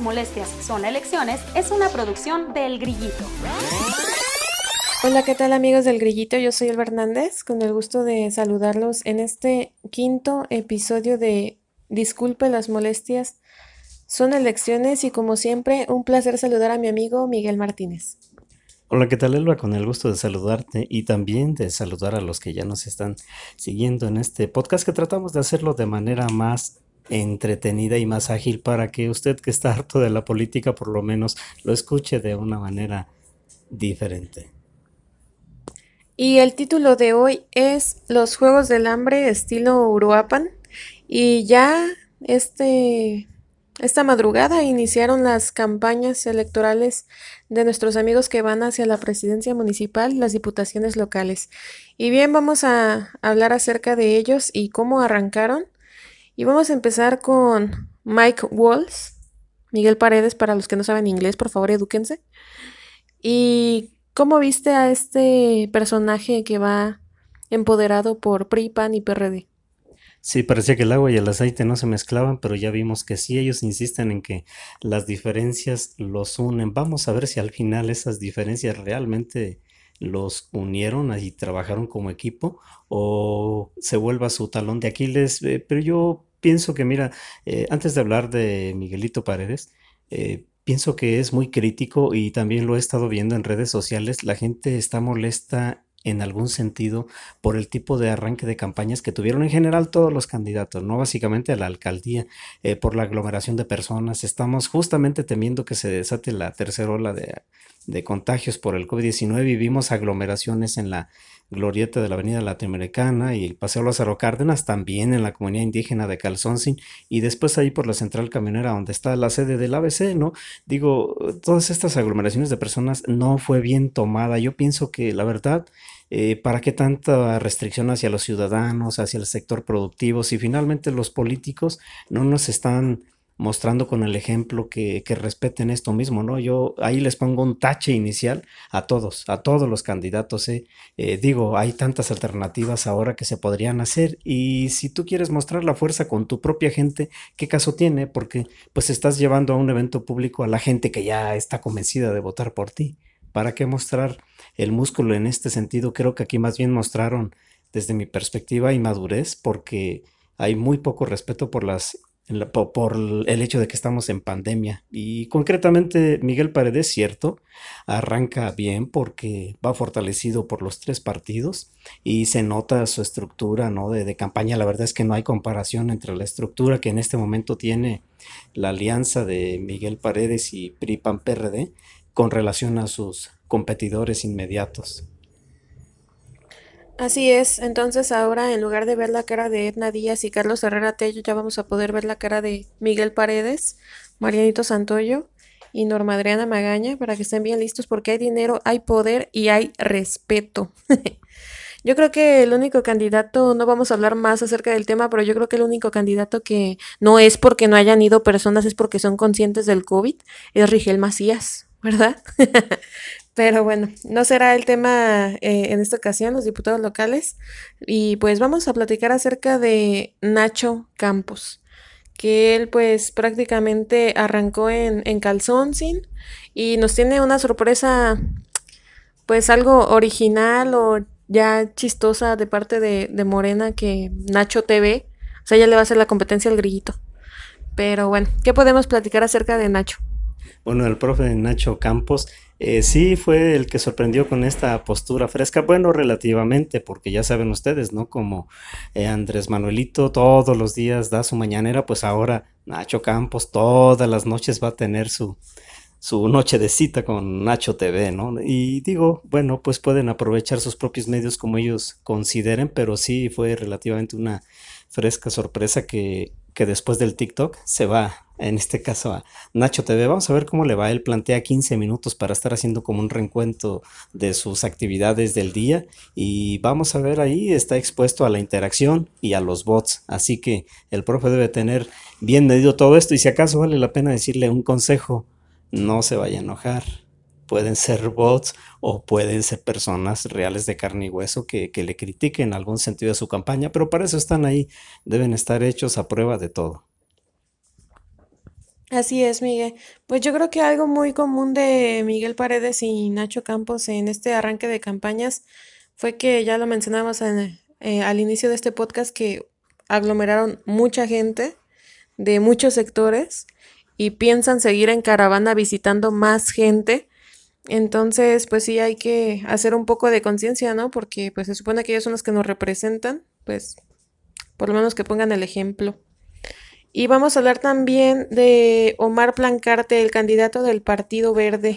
molestias son elecciones es una producción del Grillito. Hola, ¿qué tal amigos del Grillito? Yo soy Elba Hernández, con el gusto de saludarlos en este quinto episodio de Disculpe las molestias, son elecciones y como siempre un placer saludar a mi amigo Miguel Martínez. Hola, ¿qué tal, Elba? Con el gusto de saludarte y también de saludar a los que ya nos están siguiendo en este podcast que tratamos de hacerlo de manera más entretenida y más ágil para que usted que está harto de la política por lo menos lo escuche de una manera diferente. Y el título de hoy es Los Juegos del Hambre estilo Uruapan y ya esta madrugada iniciaron las campañas electorales de nuestros amigos que van hacia la presidencia municipal y las diputaciones locales. Y bien, vamos a hablar acerca de ellos y cómo arrancaron. Y vamos a empezar con Mike Walls, Miguel Paredes, para los que no saben inglés, por favor, edúquense. ¿Y cómo viste a este personaje que va empoderado por PRI, PAN y PRD? Sí, parecía que el agua y el aceite no se mezclaban, pero ya vimos que sí, ellos insisten en que las diferencias los unen. Vamos a ver si al final esas diferencias realmente los unieron y trabajaron como equipo o se vuelva su talón de Aquiles. Pero yo pienso que, mira, antes de hablar de Miguelito Paredes, pienso que es muy crítico y también lo he estado viendo en redes sociales. La gente está molesta en algún sentido por el tipo de arranque de campañas que tuvieron en general todos los candidatos, no básicamente a la alcaldía, por la aglomeración de personas. Estamos justamente temiendo que se desate la tercera ola de contagios por el COVID-19 y vimos aglomeraciones en la glorieta de la Avenida Latinoamericana y el Paseo Lázaro Cárdenas, también en la comunidad indígena de Calzoncin y después ahí por la central camionera donde está la sede del ABC, ¿no? Digo, todas estas aglomeraciones de personas no fue bien tomada. Yo pienso que la verdad ¿para qué tanta restricción hacia los ciudadanos, hacia el sector productivo, si finalmente los políticos no nos están mostrando con el ejemplo que respeten esto mismo, ¿no? Yo ahí les pongo un tache inicial a todos los candidatos, ¿eh? Digo, hay tantas alternativas ahora que se podrían hacer y si tú quieres mostrar la fuerza con tu propia gente, ¿qué caso tiene? Porque pues estás llevando a un evento público a la gente que ya está convencida de votar por ti. ¿Para qué mostrar el músculo en este sentido? Creo que aquí más bien mostraron, desde mi perspectiva, inmadurez, porque hay muy poco respeto por por el hecho de que estamos en pandemia. Y concretamente, Miguel Paredes, cierto, arranca bien porque va fortalecido por los tres partidos y se nota su estructura, ¿no? de campaña. La verdad es que no hay comparación entre la estructura que en este momento tiene la alianza de Miguel Paredes y PRI-PAN-PRD con relación a sus competidores inmediatos. Así es, entonces ahora en lugar de ver la cara de Edna Díaz y Carlos Herrera Tello, ya vamos a poder ver la cara de Miguel Paredes, Marianito Santoyo y Norma Adriana Magaña para que estén bien listos porque hay dinero, hay poder y hay respeto. Yo creo que el único candidato, no vamos a hablar más acerca del tema, pero yo creo que el único candidato que no es porque no hayan ido personas, es porque son conscientes del COVID, es Rigel Macías, ¿verdad? Pero bueno, no será el tema en esta ocasión, los diputados locales. Y pues vamos a platicar acerca de Nacho Campos, que él pues prácticamente arrancó en Calzoncin y nos tiene una sorpresa pues algo original o ya chistosa de parte de Morena que Nacho TV, o sea, ya le va a hacer la competencia al grillito. Pero bueno, ¿qué podemos platicar acerca de Nacho? Bueno, el profe Nacho Campos sí fue el que sorprendió con esta postura fresca, bueno, relativamente, porque ya saben ustedes, ¿no? Como Andrés Manuelito todos los días da su mañanera, pues ahora Nacho Campos todas las noches va a tener su noche de cita con Nacho TV, ¿no? Y digo, bueno, pues pueden aprovechar sus propios medios como ellos consideren, pero sí fue relativamente una fresca sorpresa que después del TikTok se va, en este caso, a Nacho TV. Vamos a ver cómo le va. Él plantea 15 minutos para estar haciendo como un reencuentro de sus actividades del día y vamos a ver ahí, está expuesto a la interacción y a los bots. Así que el profe debe tener bien medido todo esto y si acaso vale la pena decirle un consejo, no se vaya a enojar. Pueden ser bots o pueden ser personas reales de carne y hueso que le critiquen en algún sentido de su campaña, pero para eso están ahí, deben estar hechos a prueba de todo. Así es, Miguel. Pues yo creo que algo muy común de Miguel Paredes y Nacho Campos en este arranque de campañas fue que ya lo mencionamos al inicio de este podcast que aglomeraron mucha gente de muchos sectores y piensan seguir en caravana visitando más gente. Entonces, pues sí hay que hacer un poco de conciencia, ¿no? Porque pues se supone que ellos son los que nos representan, pues por lo menos que pongan el ejemplo. Y vamos a hablar también de Omar Plancarte, el candidato del Partido Verde.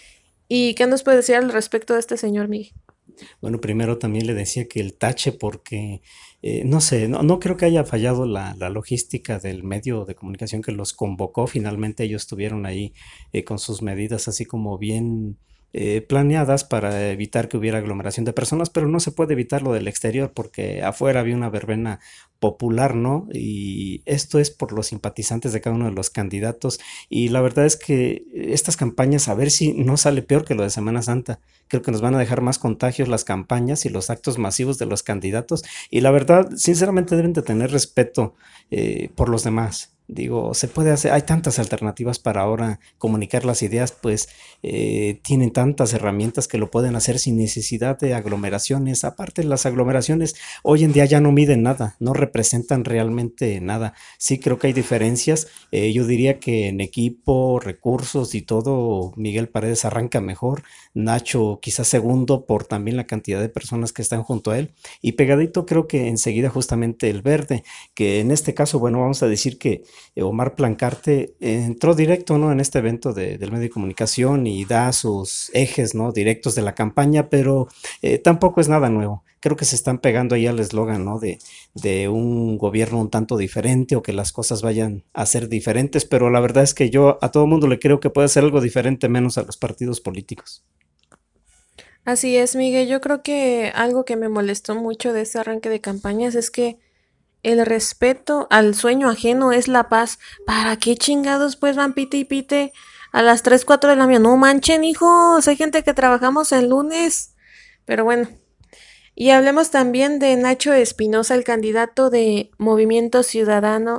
¿Y qué nos puede decir al respecto de este señor, Miguel? Bueno, primero también le decía que el tache porque, no sé, no creo que haya fallado la logística del medio de comunicación que los convocó. Finalmente ellos estuvieron ahí con sus medidas así como bien planeadas para evitar que hubiera aglomeración de personas, pero no se puede evitar lo del exterior porque afuera había una verbena popular, ¿no? Y esto es por los simpatizantes de cada uno de los candidatos. Y la verdad es que estas campañas, a ver si no sale peor que lo de Semana Santa. Creo que nos van a dejar más contagios las campañas y los actos masivos de los candidatos. Y la verdad, sinceramente, deben de tener respeto por los demás. Digo, se puede hacer, hay tantas alternativas para ahora comunicar las ideas, pues tienen tantas herramientas que lo pueden hacer sin necesidad de aglomeraciones. Aparte, las aglomeraciones hoy en día ya no miden nada, no representan realmente nada. Sí creo que hay diferencias. Yo diría que en equipo, recursos y todo, Miguel Paredes arranca mejor. Nacho quizás segundo por también la cantidad de personas que están junto a él. Y pegadito creo que enseguida justamente el verde, que en este caso, bueno, vamos a decir que Omar Plancarte entró directo, ¿no? En este evento del medio de comunicación y da sus ejes, ¿no? Directos de la campaña, pero tampoco es nada nuevo. Creo que se están pegando ahí al eslogan, ¿no? De un gobierno un tanto diferente o que las cosas vayan a ser diferentes, pero la verdad es que yo a todo mundo le creo que puede ser algo diferente, menos a los partidos políticos. Así es, Miguel. Yo creo que algo que me molestó mucho de este arranque de campañas es que el respeto al sueño ajeno es la paz. ¿Para qué chingados pues van pite y pite a las 3 4 de la mañana? No manchen, hijos. Hay gente que trabajamos el lunes. Pero bueno. Y hablemos también de Nacho Espinosa, el candidato de Movimiento Ciudadano.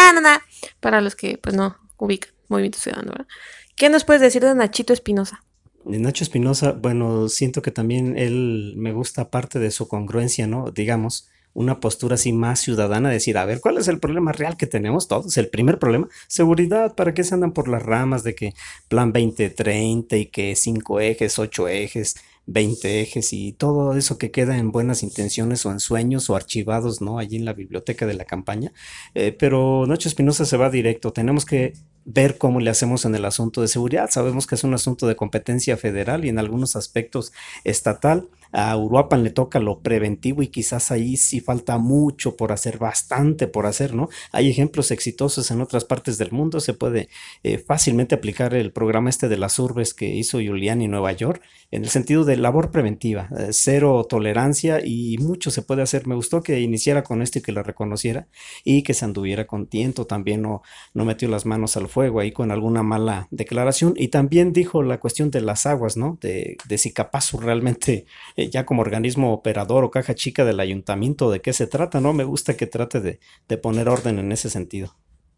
Para los que pues no ubican Movimiento Ciudadano, ¿verdad? ¿Qué nos puedes decir de Nachito Espinosa? Nacho Espinosa, bueno, siento que también él me gusta parte de su congruencia, ¿no? Digamos, una postura así más ciudadana, decir, a ver, ¿cuál es el problema real que tenemos todos? El primer problema, seguridad, ¿para qué se andan por las ramas de que plan 2030 y que 5 ejes, 8 ejes, 20 ejes y todo eso que queda en buenas intenciones o en sueños o archivados, ¿no? Allí en la biblioteca de la campaña. Pero Nacho Espinosa se va directo, tenemos que ver cómo le hacemos en el asunto de seguridad. Sabemos que es un asunto de competencia federal y en algunos aspectos estatal. A Uruapan le toca lo preventivo y quizás ahí sí falta mucho por hacer, bastante por hacer, ¿no? Hay ejemplos exitosos en otras partes del mundo, se puede fácilmente aplicar el programa este de las urbes que hizo Giuliani en Nueva York, en el sentido de labor preventiva, cero tolerancia y mucho se puede hacer. Me gustó que iniciara con esto y que lo reconociera y que se anduviera con tiento, también no metió las manos al fuego ahí con alguna mala declaración y también dijo la cuestión de las aguas, ¿no? De si Capazo realmente ya como organismo operador o caja chica del ayuntamiento, ¿de qué se trata? No me gusta que trate de poner orden en ese sentido.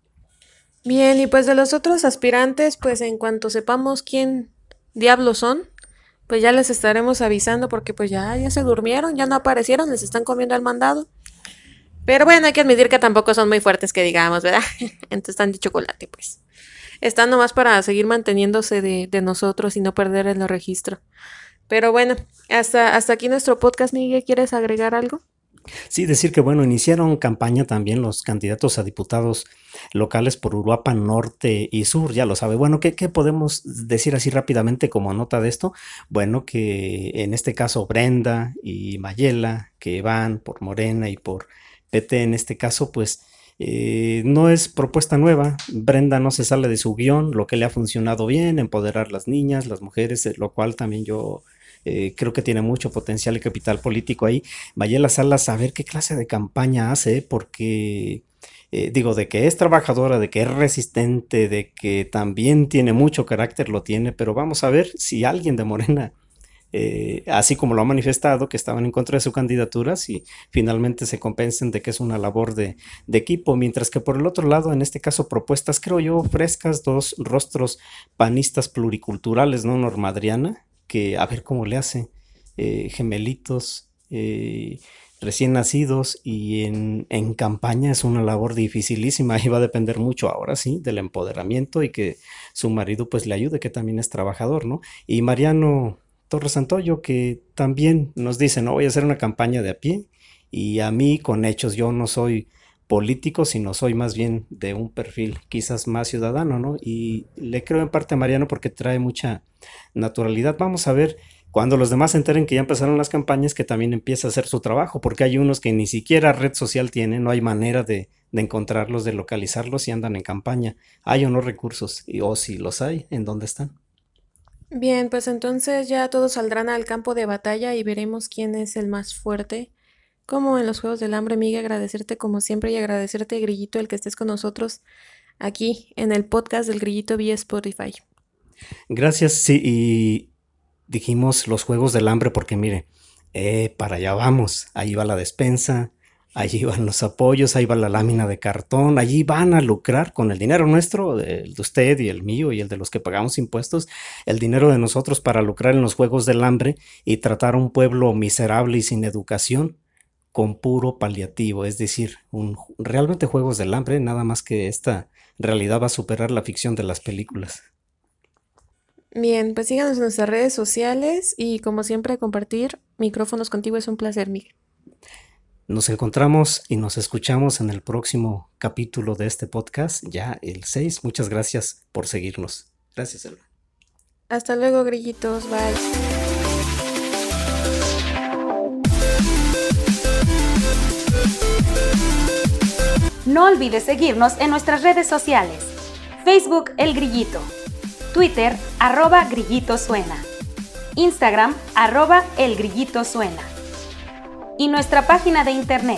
Bien, y pues de los otros aspirantes, pues en cuanto sepamos quién diablos son, pues ya les estaremos avisando porque pues ya se durmieron, ya no aparecieron, les están comiendo el mandado. Pero bueno, hay que admitir que tampoco son muy fuertes que digamos, ¿verdad? Entonces están de chocolate, pues. Están nomás para seguir manteniéndose de nosotros y no perder el registro. Pero bueno, hasta aquí nuestro podcast, Miguel. ¿Quieres agregar algo? Sí, decir que bueno, iniciaron campaña también los candidatos a diputados locales por Uruapan Norte y Sur, ya lo sabe. Bueno, ¿qué podemos decir así rápidamente como nota de esto? Bueno, que en este caso Brenda y Mayela, que van por Morena y por PT en este caso, pues no es propuesta nueva. Brenda no se sale de su guión, lo que le ha funcionado bien, empoderar las niñas, las mujeres, lo cual también yo creo que tiene mucho potencial y capital político ahí. Mayela Salas, a ver qué clase de campaña hace, porque digo, de que es trabajadora, de que es resistente, de que también tiene mucho carácter, lo tiene, pero vamos a ver si alguien de Morena así como lo ha manifestado, que estaban en contra de su candidatura, si finalmente se convencen de que es una labor de equipo, mientras que por el otro lado, en este caso, propuestas, creo yo, frescas, dos rostros panistas pluriculturales, ¿no? Norma Adriana, que a ver cómo le hace, gemelitos, recién nacidos y en campaña es una labor dificilísima y va a depender mucho ahora sí del empoderamiento y que su marido pues le ayude, que también es trabajador, ¿no? Y Mariano Torres Santoyo, que también nos dice, no voy a hacer una campaña de a pie y a mí con hechos, yo no soy político, sino soy más bien de un perfil quizás más ciudadano, ¿no? Y le creo en parte a Mariano porque trae mucha naturalidad. Vamos a ver cuando los demás se enteren que ya empezaron las campañas, que también empieza a hacer su trabajo, porque hay unos que ni siquiera red social tienen, no hay manera de encontrarlos, de localizarlos y andan en campaña. ¿Hay o no recursos? O si los hay, ¿en dónde están? Bien, pues entonces ya todos saldrán al campo de batalla y veremos quién es el más fuerte. Como en los Juegos del Hambre, Miguel, agradecerte como siempre y agradecerte, Grillito, el que estés con nosotros aquí en el podcast del Grillito vía Spotify. Gracias, sí, y dijimos los Juegos del Hambre porque mire, para allá vamos, ahí va la despensa, allí van los apoyos, ahí va la lámina de cartón, allí van a lucrar con el dinero nuestro, el de usted y el mío y el de los que pagamos impuestos, el dinero de nosotros para lucrar en los Juegos del Hambre y tratar a un pueblo miserable y sin educación con puro paliativo, es decir, realmente Juegos del Hambre, nada más que esta realidad va a superar la ficción de las películas. Bien, pues síganos en nuestras redes sociales y como siempre compartir micrófonos contigo es un placer, Miguel. Nos encontramos y nos escuchamos en el próximo capítulo de este podcast, ya el 6. Muchas gracias por seguirnos. Gracias, Elba. Hasta luego, grillitos, bye. No olvides seguirnos en nuestras redes sociales. Facebook El Grillito. Twitter @grillitosuena. Instagram @El Grillito Suena. Y nuestra página de internet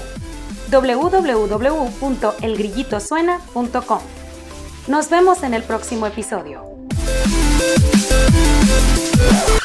www.elgrillitosuena.com. Nos vemos en el próximo episodio.